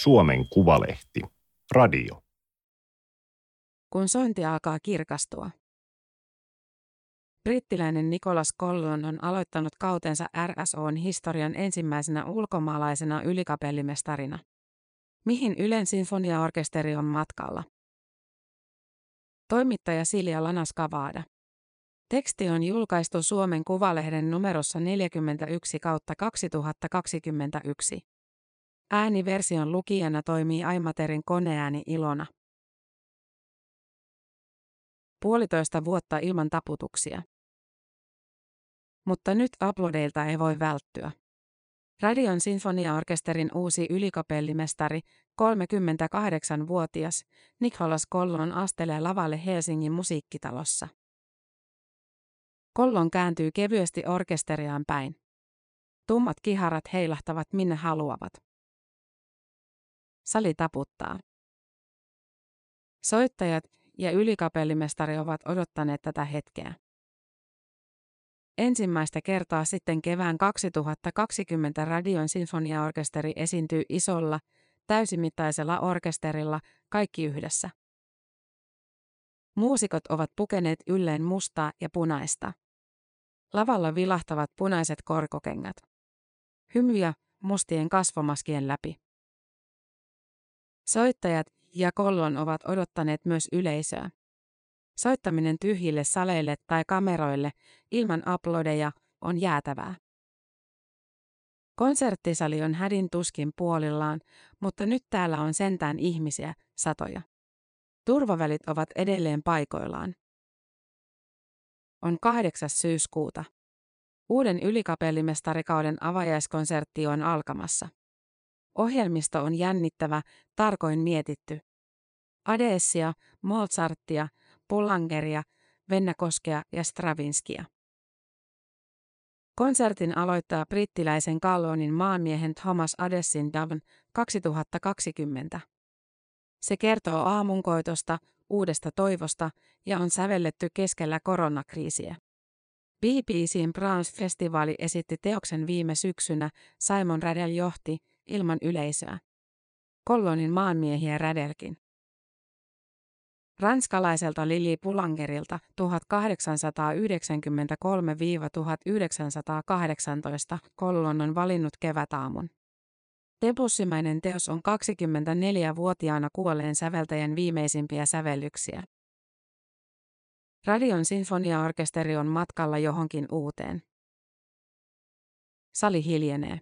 Suomen Kuvalehti. Radio. Kun sointi alkaa kirkastua. Brittiläinen Nicholas Collon on aloittanut kautensa RSO:n historian ensimmäisenä ulkomaalaisena ylikapellimestarina. Mihin Ylen sinfoniaorkesteri on matkalla? Toimittaja Silja Lanas-Kavaada. Teksti on julkaistu Suomen Kuvalehden numerossa 41/2021. Ääniversion lukijana toimii Aimaterin koneääni Ilona. 1,5 vuotta ilman taputuksia. Mutta nyt aplodeilta ei voi välttyä. Radion sinfoniaorkesterin uusi ylikapellimestari, 38-vuotias, Nicholas Collon astelee lavalle Helsingin musiikkitalossa. Collon kääntyy kevyesti orkesteriaan päin. Tummat kiharat heilahtavat minne haluavat. Sali taputtaa. Soittajat ja ylikapellimestari ovat odottaneet tätä hetkeä. Ensimmäistä kertaa sitten kevään 2020 Radion sinfoniaorkesteri esiintyy isolla, täysimittaisella orkesterilla, kaikki yhdessä. Muusikot ovat pukeneet ylleen mustaa ja punaista. Lavalla vilahtavat punaiset korkokengät. Hymyjä mustien kasvomaskien läpi. Soittajat ja Collon ovat odottaneet myös yleisöä. Soittaminen tyhjille saleille tai kameroille ilman aplodeja on jäätävää. Konserttisali on hädin tuskin puolillaan, mutta nyt täällä on sentään ihmisiä, satoja. Turvavälit ovat edelleen paikoillaan. On 8. syyskuuta. Uuden ylikapellimestarikauden avajaiskonsertti on alkamassa. Ohjelmisto on jännittävä, tarkoin mietitty. Adessia, Mozartia, Poulengeria, Vennakoskea ja Stravinskia. Konsertin aloittaa brittiläisen Callonin maanmiehen Thomas Adessin Dawn 2020. Se kertoo aamunkoitosta, uudesta toivosta ja on sävelletty keskellä koronakriisiä. BBC:n Brahms-festivaali esitti teoksen viime syksynä, Simon Rattle johti, ilman yleisöä. Collonin maanmiehiä Radelkin. Ranskalaiselta Lili Poulengerilta 1893–1918 Collon on valinnut kevätaamun. Debussymäinen teos on 24-vuotiaana kuolleen säveltäjän viimeisimpiä sävellyksiä. Radion sinfoniaorkesteri on matkalla johonkin uuteen. Sali hiljenee.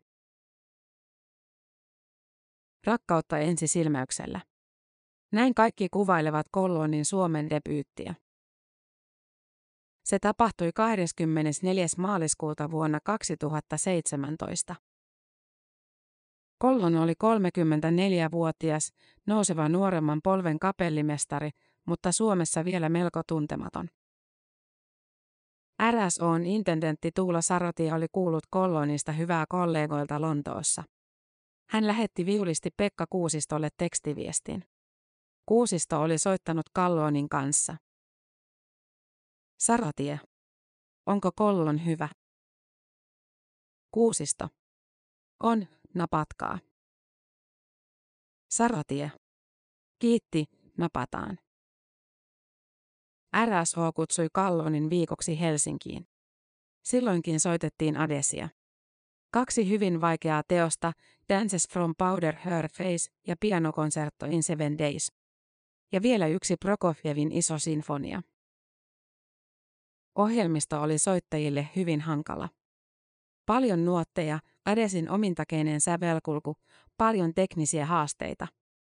Rakkautta ensisilmäyksellä. Näin kaikki kuvailevat Collonin Suomen debyyttiä. Se tapahtui 24. maaliskuuta vuonna 2017. Collon oli 34-vuotias, nouseva nuoremman polven kapellimestari, mutta Suomessa vielä melko tuntematon. RSO:n intendentti Tuula Sarotia oli kuullut Collonista hyvää kollegoilta Lontoossa. Hän lähetti viulisti Pekka Kuusistolle tekstiviestin. Kuusisto oli soittanut Collonin kanssa. Sarotie. Onko Collon hyvä? Kuusisto. On, napatkaa. Sarotie. Kiitti, napataan. RSO kutsui Collonin viikoksi Helsinkiin. Silloinkin soitettiin Adessia. 2 hyvin vaikeaa teosta, Dances from Powder Her Face ja pianokonsertto in 7 Days. Ja vielä 1 Prokofjevin iso sinfonia. Ohjelmisto oli soittajille hyvin hankala. Paljon nuotteja, Adessin omintakeinen sävelkulku, paljon teknisiä haasteita.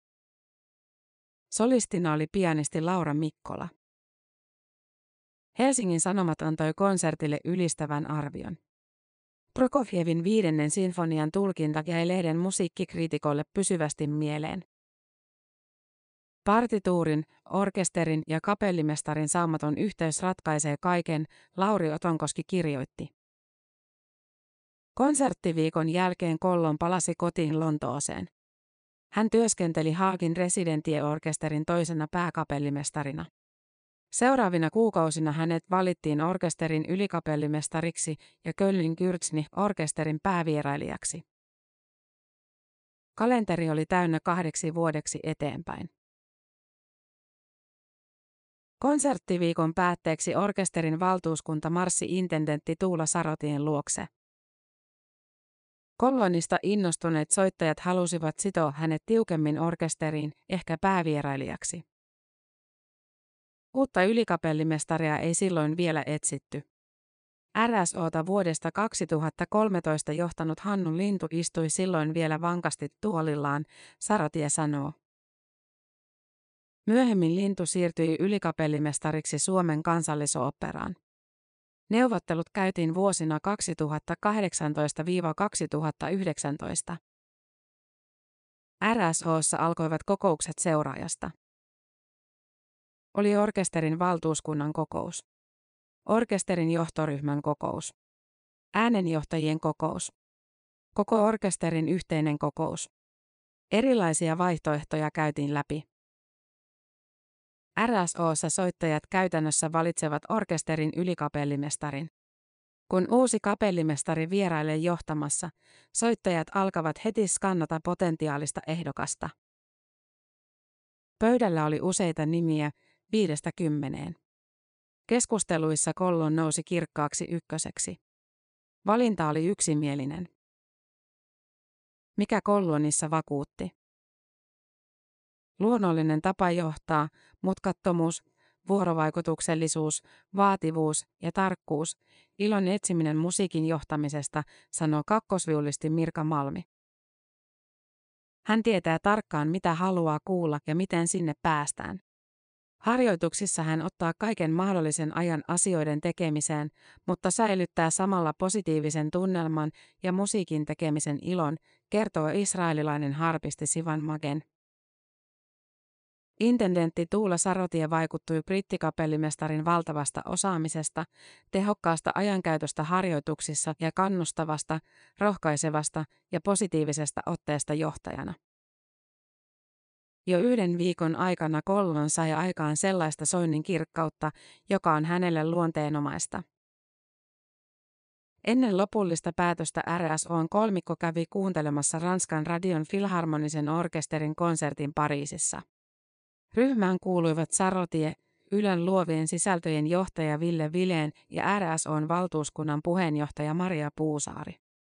Solistina oli pianisti Laura Mikkola. Helsingin Sanomat antoi konsertille ylistävän arvion. Prokofjevin 5. sinfonian tulkinta jäi lehden musiikkikriitikolle pysyvästi mieleen. Partituurin, orkesterin ja kapellimestarin saamaton yhteys ratkaisee kaiken, Lauri Otonkoski kirjoitti. Konserttiviikon jälkeen Collon palasi kotiin Lontooseen. Hän työskenteli Haagin residentieorkesterin toisena pääkapellimestarina. Seuraavina kuukausina hänet valittiin orkesterin ylikapellimestariksi ja Köln Kürzni orkesterin päävierailijaksi. Kalenteri oli täynnä 2 vuodeksi eteenpäin. Konserttiviikon päätteeksi orkesterin valtuuskunta marssi intendentti Tuula Sarotien luokse. Kollonista innostuneet soittajat halusivat sitoa hänet tiukemmin orkesteriin, ehkä päävierailijaksi. Uutta ylikapellimestaria ei silloin vielä etsitty. RSO:ta vuodesta 2013 johtanut Hannu Lintu istui silloin vielä vankasti tuolillaan, Sarotie sanoo. Myöhemmin Lintu siirtyi ylikapellimestariksi Suomen Kansallisoopperaan. Neuvottelut käytiin vuosina 2018–2019. RSO:ssa alkoivat kokoukset seuraajasta. Oli orkesterin valtuuskunnan kokous. Orkesterin johtoryhmän kokous. Äänenjohtajien kokous. Koko orkesterin yhteinen kokous. Erilaisia vaihtoehtoja käytiin läpi. RSO:ssa soittajat käytännössä valitsevat orkesterin ylikapellimestarin. Kun uusi kapellimestari vierailee johtamassa, soittajat alkavat heti skannata potentiaalista ehdokasta. Pöydällä oli useita nimiä, 5–10. Keskusteluissa Kollon nousi kirkkaaksi ykköseksi. Valinta oli yksimielinen. Mikä Kollonissa vakuutti? Luonnollinen tapa johtaa, mutkattomuus, vuorovaikutuksellisuus, vaativuus ja tarkkuus, ilon etsiminen musiikin johtamisesta, sanoo kakkosviulisti Mirka Malmi. Hän tietää tarkkaan, mitä haluaa kuulla ja miten sinne päästään. Harjoituksissa hän ottaa kaiken mahdollisen ajan asioiden tekemiseen, mutta säilyttää samalla positiivisen tunnelman ja musiikin tekemisen ilon, kertoo israelilainen harpisti Sivan Magen. Intendentti Tuula Sarotie vaikuttui brittikapellimestarin valtavasta osaamisesta, tehokkaasta ajankäytöstä harjoituksissa ja kannustavasta, rohkaisevasta ja positiivisesta otteesta johtajana. Jo 1 viikon aikana Kollon sai aikaan sellaista soinnin kirkkautta, joka on hänelle luonteenomaista. Ennen lopullista päätöstä RSO:n kolmikko kävi kuuntelemassa Ranskan radion Filharmonisen orkesterin konsertin Pariisissa. Ryhmään kuuluivat Sarotie, Ylen luovien sisältöjen johtaja Ville Vileen ja RSO:n valtuuskunnan puheenjohtaja Maria Puusaari.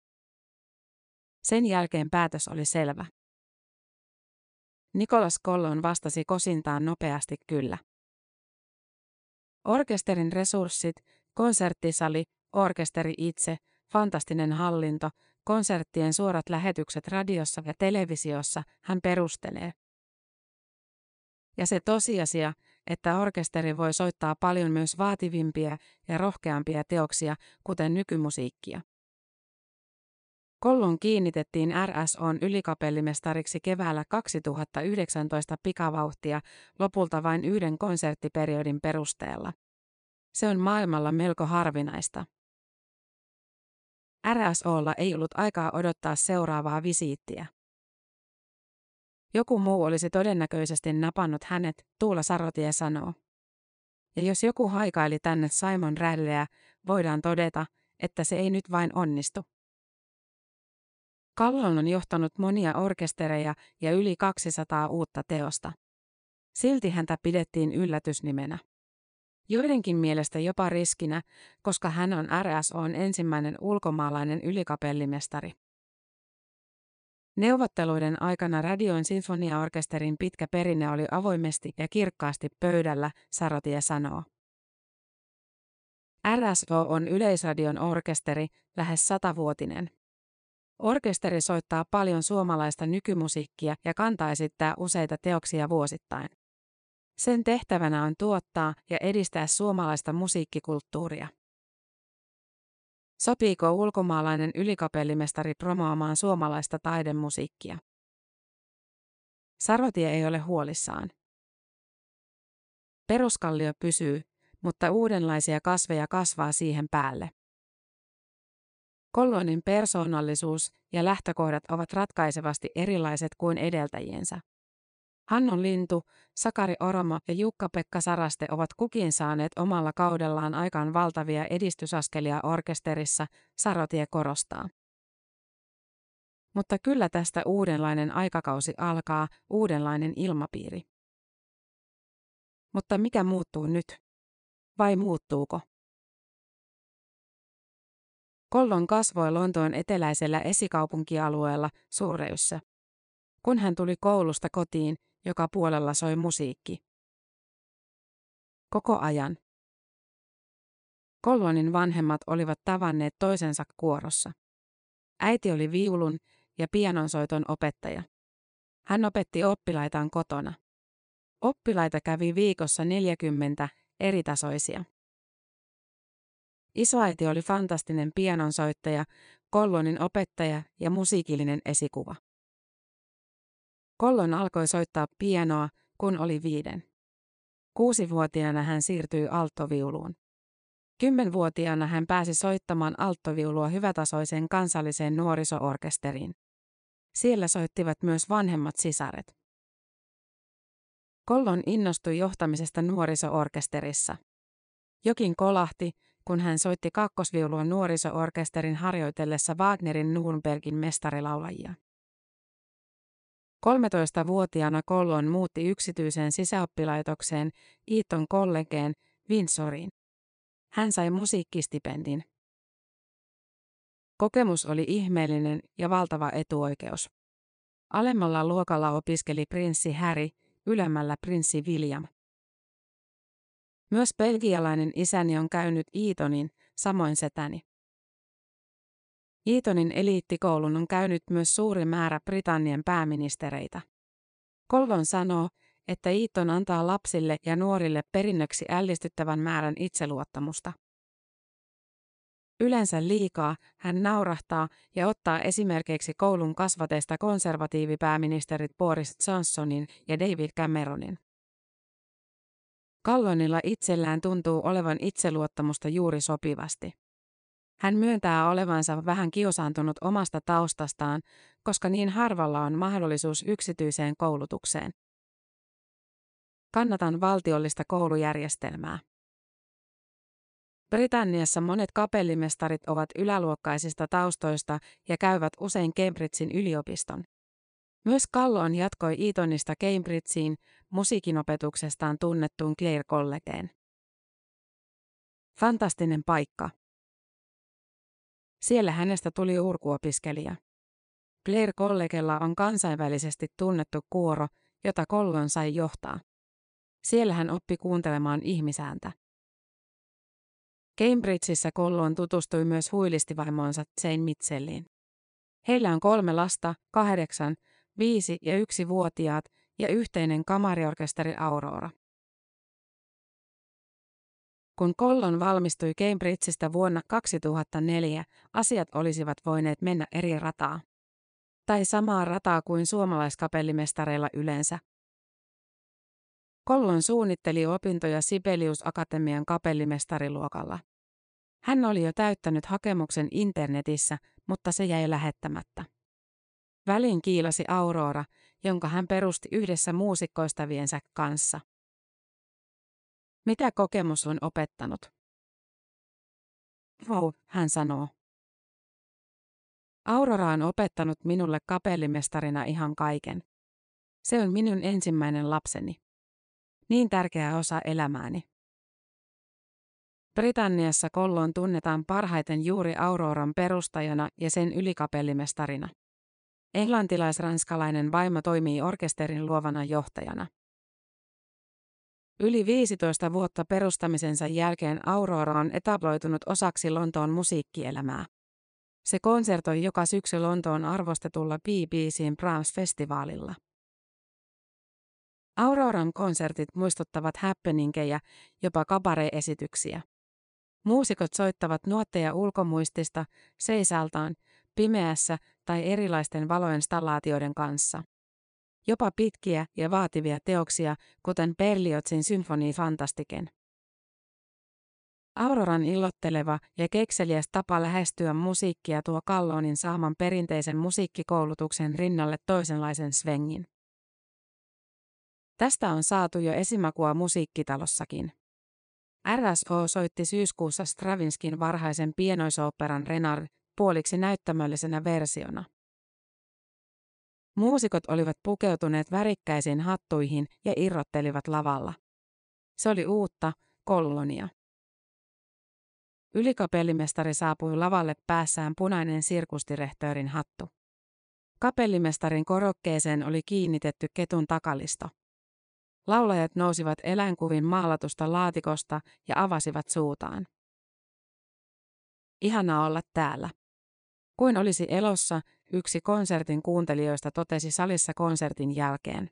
Sen jälkeen päätös oli selvä. Nicolas Kollon vastasi kosintaan nopeasti kyllä. Orkesterin resurssit, konserttisali, orkesteri itse, fantastinen hallinto, konserttien suorat lähetykset radiossa ja televisiossa, hän perustelee. Ja se tosiasia, että orkesteri voi soittaa paljon myös vaativimpia ja rohkeampia teoksia, kuten nykymusiikkia. Kollon kiinnitettiin RSO:n ylikapellimestariksi keväällä 2019 pikavauhtia, lopulta vain 1 konserttiperiodin perusteella. Se on maailmalla melko harvinaista. RSO:lla ei ollut aikaa odottaa seuraavaa visiittiä. Joku muu olisi todennäköisesti napannut hänet, Tuula Sarotie sanoo. Ja jos joku haikaili tänne Simon Radleä, voidaan todeta, että se ei nyt vain onnistu. Kollon on johtanut monia orkestereja ja yli 200 uutta teosta. Silti häntä pidettiin yllätysnimenä. Joidenkin mielestä jopa riskinä, koska hän on RSO:n ensimmäinen ulkomaalainen ylikapellimestari. Neuvotteluiden aikana radion sinfoniaorkesterin pitkä perinne oli avoimesti ja kirkkaasti pöydällä, Sarotie sanoo. RSO on Yleisradion orkesteri, lähes 100-vuotinen. Orkesteri soittaa paljon suomalaista nykymusiikkia ja kantaa esittää useita teoksia vuosittain. Sen tehtävänä on tuottaa ja edistää suomalaista musiikkikulttuuria. Sopiiko ulkomaalainen ylikapellimestari promoamaan suomalaista taidemusiikkia? Sarotie ei ole huolissaan. Peruskallio pysyy, mutta uudenlaisia kasveja kasvaa siihen päälle. Kollonin persoonallisuus ja lähtökohdat ovat ratkaisevasti erilaiset kuin edeltäjiensä. Hannu Lintu, Sakari Oromo ja Jukka-Pekka Saraste ovat kukin saaneet omalla kaudellaan aikaan valtavia edistysaskelia orkesterissa, Sarotie korostaa. Mutta kyllä tästä uudenlainen aikakausi alkaa, uudenlainen ilmapiiri. Mutta mikä muuttuu nyt? Vai muuttuuko? Kollon kasvoi Lontoon eteläisellä esikaupunkialueella Surreyssä. Kun hän tuli koulusta kotiin, joka puolella soi musiikki. Koko ajan. Collonin vanhemmat olivat tavanneet toisensa kuorossa. Äiti oli viulun ja pianonsoiton opettaja. Hän opetti oppilaitaan kotona. Oppilaita kävi viikossa 40 eritasoisia. Isoäiti oli fantastinen pianonsoittaja, Collonin opettaja ja musiikillinen esikuva. Collon alkoi soittaa pianoa, kun oli 5. 6-vuotiaana hän siirtyi alttoviuluun. 10-vuotiaana hän pääsi soittamaan alttoviulua hyvätasoiseen kansalliseen nuoriso-orkesteriin. Siellä soittivat myös vanhemmat sisaret. Collon innostui johtamisesta nuoriso-orkesterissa. Jokin kolahti, kun hän soitti kakkosviulua nuoriso-orkesterin harjoitellessa Wagnerin Nürnbergin mestarilaulajia. 13-vuotiaana Collon muutti yksityiseen sisäoppilaitokseen Eton Collegeen Windsoriin. Hän sai musiikkistipendin. Kokemus oli ihmeellinen ja valtava etuoikeus. Alemmalla luokalla opiskeli prinssi Harry, ylemmällä prinssi William. Myös belgialainen isäni on käynyt Etonin, samoin setäni. Etonin eliittikoulun on käynyt myös suuri määrä Britannian pääministereitä. Collon sanoo, että Eton antaa lapsille ja nuorille perinnöksi ällistyttävän määrän itseluottamusta. Yleensä liikaa hän naurahtaa ja ottaa esimerkiksi koulun kasvateista konservatiivipääministerit Boris Johnsonin ja David Cameronin. Collonilla itsellään tuntuu olevan itseluottamusta juuri sopivasti. Hän myöntää olevansa vähän kiusaantunut omasta taustastaan, koska niin harvalla on mahdollisuus yksityiseen koulutukseen. Kannatan valtiollista koulujärjestelmää. Britanniassa monet kapellimestarit ovat yläluokkaisista taustoista ja käyvät usein Cambridgein yliopiston. Myös Collon jatkoi Etonista Cambridgeen musiikinopetuksestaan tunnettuun Clare Collegeen. Fantastinen paikka. Siellä hänestä tuli urkuopiskelija. Clare Collegella on kansainvälisesti tunnettu kuoro, jota Collon sai johtaa. Siellä hän oppi kuuntelemaan ihmisääntä. Cambridgeissa Collon tutustui myös huilistivaimoonsa Jane Mitchelliin. Heillä on 3 lasta, 8, 5 ja 1-vuotiaat ja yhteinen kamariorkesteri Aurora. Kun Collon valmistui Cambridgeista vuonna 2004, asiat olisivat voineet mennä eri rataa. Tai samaa rataa kuin suomalaiskapellimestareilla yleensä. Collon suunnitteli opintoja Sibelius Akatemian kapellimestariluokalla. Hän oli jo täyttänyt hakemuksen internetissä, mutta se jäi lähettämättä. Väliin kiilasi Aurora, jonka hän perusti yhdessä muusikkoistaviensä kanssa. Mitä kokemus on opettanut? Wow, hän sanoo. Aurora on opettanut minulle kapellimestarina ihan kaiken. Se on minun ensimmäinen lapseni. Niin tärkeä osa elämääni. Britanniassa Collon tunnetaan parhaiten juuri Auroran perustajana ja sen ylikapellimestarina. Englantilais-ranskalainen vaimo toimii orkesterin luovana johtajana. Yli 15 vuotta perustamisensa jälkeen Aurora on etabloitunut osaksi Lontoon musiikkielämää. Se konsertoi joka syksy Lontoon arvostetulla BBC:n Brahms-festivaalilla. Auroran konsertit muistuttavat happeningejä, jopa kabaree-esityksiä. Muusikot soittavat nuotteja ulkomuistista, seisaltaan, pimeässä tai erilaisten valoinstallaatioiden kanssa. Jopa pitkiä ja vaativia teoksia, kuten Berliozin Symphonie Fantastiken. Auroran illotteleva ja kekseliäs tapa lähestyä musiikkia tuo Collonin saaman perinteisen musiikkikoulutuksen rinnalle toisenlaisen svengin. Tästä on saatu jo esimakua musiikkitalossakin. RSO soitti syyskuussa Stravinskin varhaisen pienoisoopperan Renard puoliksi näyttämöllisenä versiona. Muusikot olivat pukeutuneet värikkäisiin hattuihin ja irrottelivat lavalla. Se oli uutta Kollonia. Ylikapellimestari saapui lavalle päässään punainen sirkusdirehtöörin hattu. Kapellimestarin korokkeeseen oli kiinnitetty ketun takalisto. Laulajat nousivat eläinkuvin maalatusta laatikosta ja avasivat suutaan. Ihana olla täällä. Kuin olisi elossa, yksi konsertin kuuntelijoista totesi salissa konsertin jälkeen.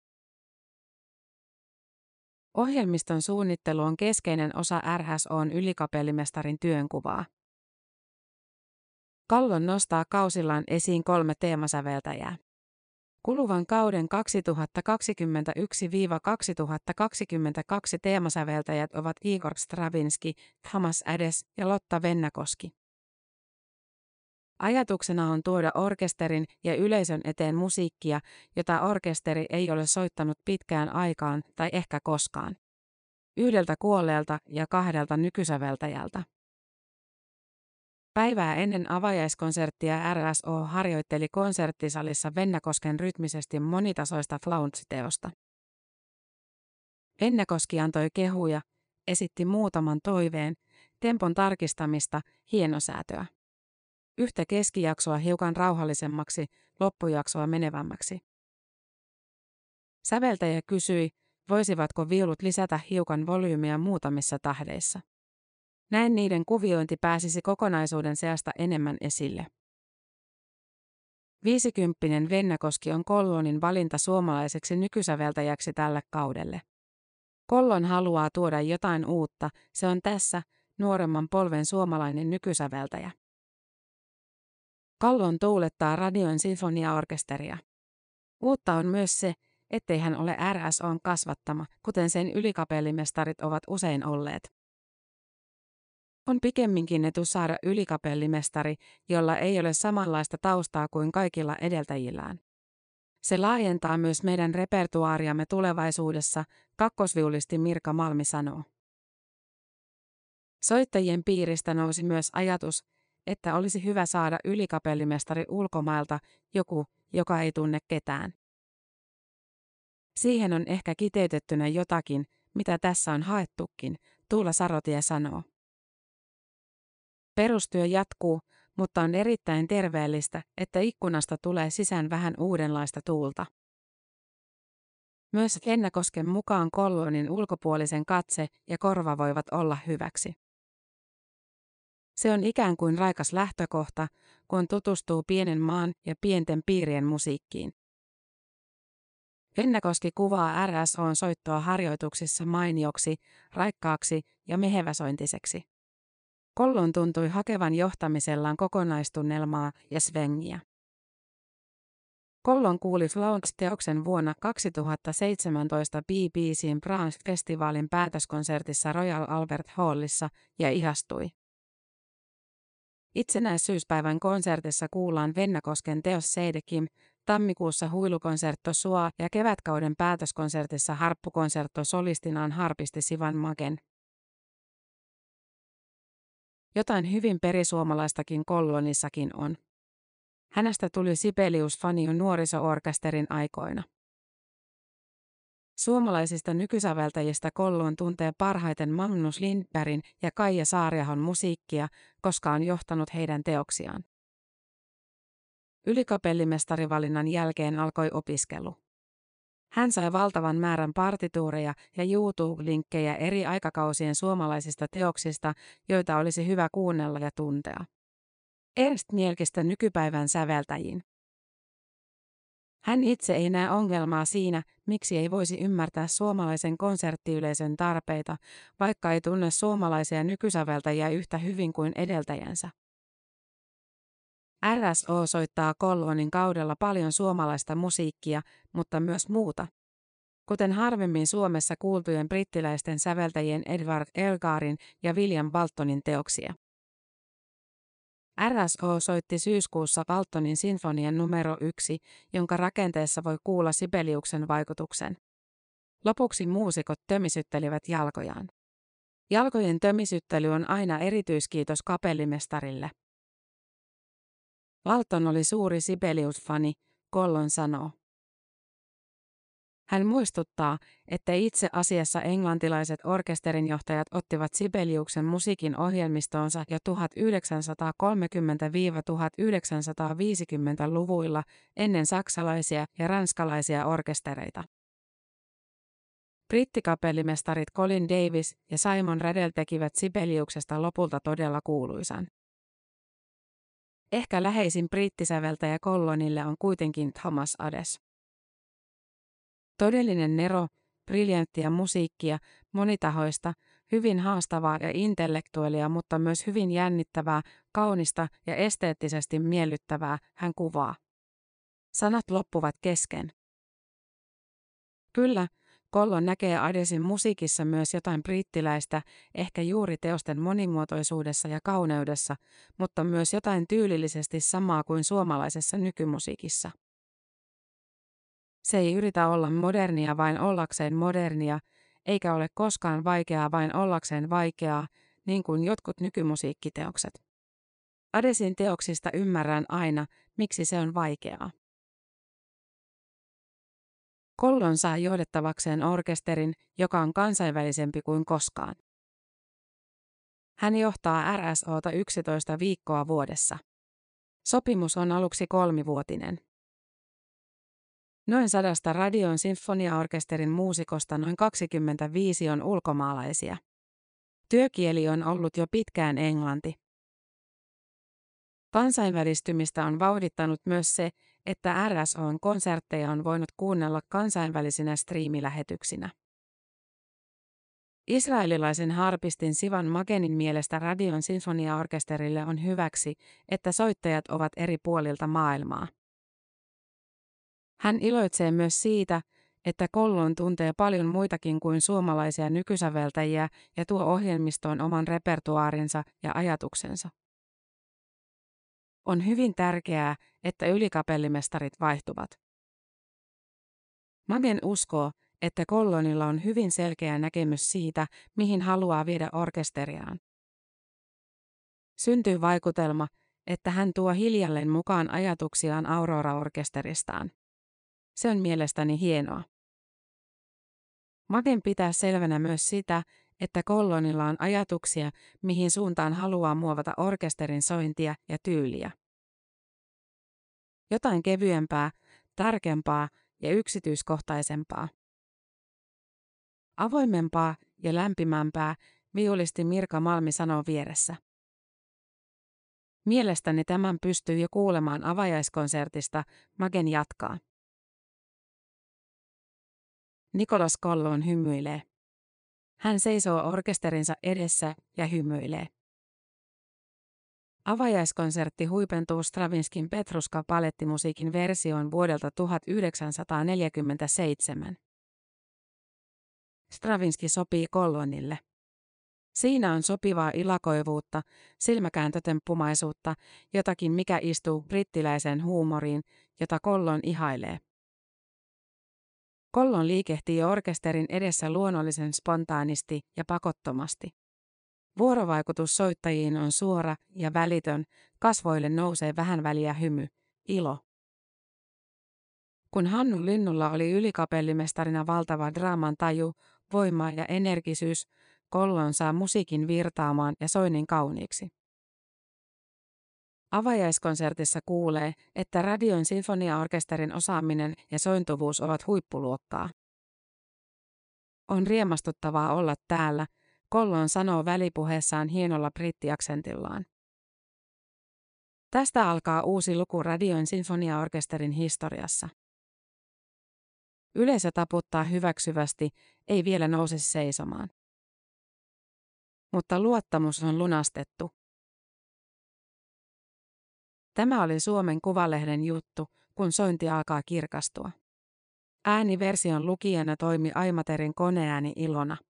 Ohjelmiston suunnittelu on keskeinen osa RSO:n ylikapellimestarin työnkuvaa. Kallon nostaa kausillaan esiin 3 teemasäveltäjää. Kuluvan kauden 2021–2022 teemasäveltäjät ovat Igor Stravinsky, Thomas Adès ja Lotta Vennakoski. Ajatuksena on tuoda orkesterin ja yleisön eteen musiikkia, jota orkesteri ei ole soittanut pitkään aikaan tai ehkä koskaan. 1 kuolleelta ja 2 nykysäveltäjältä. Päivää ennen avajaiskonserttia RSO harjoitteli konserttisalissa Vennakosken rytmisesti monitasoista flaunch-teosta. Vennakoski antoi kehuja, esitti muutaman toiveen, tempon tarkistamista, hienosäätöä. Yhtä keskijaksoa hiukan rauhallisemmaksi, loppujaksoa menevämmäksi. Säveltäjä kysyi, voisivatko viulut lisätä hiukan volyymia muutamissa tahdeissa. Näin niiden kuviointi pääsisi kokonaisuuden seasta enemmän esille. 50 Vennakoski on Kollonin valinta suomalaiseksi nykysäveltäjäksi tälle kaudelle. Kollon haluaa tuoda jotain uutta, se on tässä, nuoremman polven suomalainen nykysäveltäjä. Kallon tuulettaa Radion sinfoniaorkesteria. Uutta on myös se, ettei hän ole RSO:n kasvattama, kuten sen ylikapellimestarit ovat usein olleet. On pikemminkin etu saada ylikapellimestari, jolla ei ole samanlaista taustaa kuin kaikilla edeltäjillään. Se laajentaa myös meidän repertuaariamme tulevaisuudessa, kakkosviulisti Mirka Malmi sanoo. Soittajien piiristä nousi myös ajatus, että olisi hyvä saada ylikapellimestari ulkomailta, joku, joka ei tunne ketään. Siihen on ehkä kiteytettynä jotakin, mitä tässä on haettukin, Tuula Sarotie sanoo. Perustyö jatkuu, mutta on erittäin terveellistä, että ikkunasta tulee sisään vähän uudenlaista tuulta. Myös Vennakosken mukaan Kollonin ulkopuolisen katse ja korva voivat olla hyväksi. Se on ikään kuin raikas lähtökohta, kun tutustuu pienen maan ja pienten piirien musiikkiin. Vennakoski kuvaa RSO:n soittoa harjoituksissa mainioksi, raikkaaksi ja meheväsointiseksi. Kollon tuntui hakevan johtamisellaan kokonaistunnelmaa ja svengiä. Kollon kuuli flaunch-teoksen vuonna 2017 BBC:n Brahms-festivaalin päätöskonsertissa Royal Albert Hallissa ja ihastui. Itsenäisyyspäivän konsertissa kuullaan Vennakosken teos Seidekim, tammikuussa huilukonsertto Sua ja kevätkauden päätöskonsertissa harppukonsertto solistinaan harpisti Sivan Magen. Jotain hyvin perisuomalaistakin Kollonissakin on. Hänestä tuli Sibelius-fani jo nuoriso-orkesterin aikoina. Suomalaisista nykysäveltäjistä Kollon tuntee parhaiten Magnus Lindbergin ja Kaija Saariahon musiikkia, koska on johtanut heidän teoksiaan. Ylikapellimestarivalinnan jälkeen alkoi opiskelu. Hän sai valtavan määrän partituureja ja YouTube-linkkejä eri aikakausien suomalaisista teoksista, joita olisi hyvä kuunnella ja tuntea. Ernst Mielkistä nykypäivän säveltäjiin. Hän itse ei näe ongelmaa siinä, miksi ei voisi ymmärtää suomalaisen konserttiyleisön tarpeita, vaikka ei tunne suomalaisia nykysäveltäjiä yhtä hyvin kuin edeltäjänsä. RSO soittaa Kollonin kaudella paljon suomalaista musiikkia, mutta myös muuta. Kuten harvemmin Suomessa kuultujen brittiläisten säveltäjien Edward Elgarin ja William Waltonin teoksia. RSO soitti syyskuussa Waltonin sinfonian numero 1, jonka rakenteessa voi kuulla Sibeliuksen vaikutuksen. Lopuksi muusikot tömisyttelivät jalkojaan. Jalkojen tömisyttely on aina erityiskiitos kapellimestarille. Walton oli suuri Sibelius-fani, Kollon sanoo. Hän muistuttaa, että itse asiassa englantilaiset orkesterinjohtajat ottivat Sibeliuksen musiikin ohjelmistoonsa jo 1930–1950-luvuilla ennen saksalaisia ja ranskalaisia orkestereita. Brittikapellimestarit Colin Davis ja Simon Rattle tekivät Sibeliuksesta lopulta todella kuuluisan. Ehkä läheisin brittisäveltäjä Kollonille on kuitenkin Thomas Adès. Todellinen nero, briljanttia musiikkia, monitahoista, hyvin haastavaa ja intellektuellia, mutta myös hyvin jännittävää, kaunista ja esteettisesti miellyttävää, hän kuvaa. Sanat loppuvat kesken. Kyllä, Kollon näkee Adèsin musiikissa myös jotain brittiläistä, ehkä juuri teosten monimuotoisuudessa ja kauneudessa, mutta myös jotain tyylillisesti samaa kuin suomalaisessa nykymusiikissa. Se ei yritä olla modernia vain ollakseen modernia, eikä ole koskaan vaikeaa vain ollakseen vaikeaa, niin kuin jotkut nykymusiikkiteokset. Adèsin teoksista ymmärrän aina, miksi se on vaikeaa. Kollon saa johdettavakseen orkesterin, joka on kansainvälisempi kuin koskaan. Hän johtaa RSO:ta 11 viikkoa vuodessa. Sopimus on aluksi 3-vuotinen. Noin 100 Radion sinfoniaorkesterin muusikosta noin 25 on ulkomaalaisia. Työkieli on ollut jo pitkään englanti. Kansainvälistymistä on vauhdittanut myös se, että RSO:n konsertteja on voinut kuunnella kansainvälisinä striimilähetyksinä. Israelilaisen harpistin Sivan Magenin mielestä Radion sinfoniaorkesterille on hyväksi, että soittajat ovat eri puolilta maailmaa. Hän iloitsee myös siitä, että Kollon tuntee paljon muitakin kuin suomalaisia nykysäveltäjiä ja tuo ohjelmistoon oman repertuaarinsa ja ajatuksensa. On hyvin tärkeää, että ylikapellimestarit vaihtuvat. Magen uskoo, että Kollonilla on hyvin selkeä näkemys siitä, mihin haluaa viedä orkesteriaan. Syntyy vaikutelma, että hän tuo hiljalleen mukaan ajatuksiaan Aurora-orkesteristaan. Se on mielestäni hienoa. Magen pitää selvänä myös sitä, että Kollonilla on ajatuksia, mihin suuntaan haluaa muovata orkesterin sointia ja tyyliä. Jotain kevyempää, tarkempaa ja yksityiskohtaisempaa. Avoimempaa ja lämpimämpää, viulisti Mirka Malmi sanoo vieressä. Mielestäni tämän pystyy jo kuulemaan avajaiskonsertista, Magen jatkaa. Nicolas Kollon hymyilee. Hän seisoo orkesterinsa edessä ja hymyilee. Avajaiskonsertti huipentuu Stravinskin Petruska-palettimusiikin versioon vuodelta 1947. Stravinsky sopii Kollonille. Siinä on sopivaa ilakoivuutta, silmäkääntötemppumaisuutta, jotakin mikä istuu brittiläiseen huumoriin, jota Kollon ihailee. Kollon liikehtii orkesterin edessä luonnollisen spontaanisti ja pakottomasti. Vuorovaikutus soittajiin on suora ja välitön, kasvoille nousee vähän väliä hymy, ilo. Kun Hannu Linnulla oli ylikapellimestarina valtava draaman taju, voima ja energisyys, Kollon saa musiikin virtaamaan ja soinnin kauniiksi. Avajaiskonsertissa kuulee, että Radion sinfoniaorkesterin osaaminen ja sointuvuus ovat huippuluokkaa. On riemastuttavaa olla täällä, Kollon sanoo välipuheessaan hienolla brittiaksentillaan. Tästä alkaa uusi luku Radion sinfoniaorkesterin historiassa. Yleisö taputtaa hyväksyvästi, ei vielä nouse seisomaan. Mutta luottamus on lunastettu. Tämä oli Suomen Kuvalehden juttu, kun sointi alkaa kirkastua. Ääniversion lukijana toimi Aimaterin koneääni Ilona.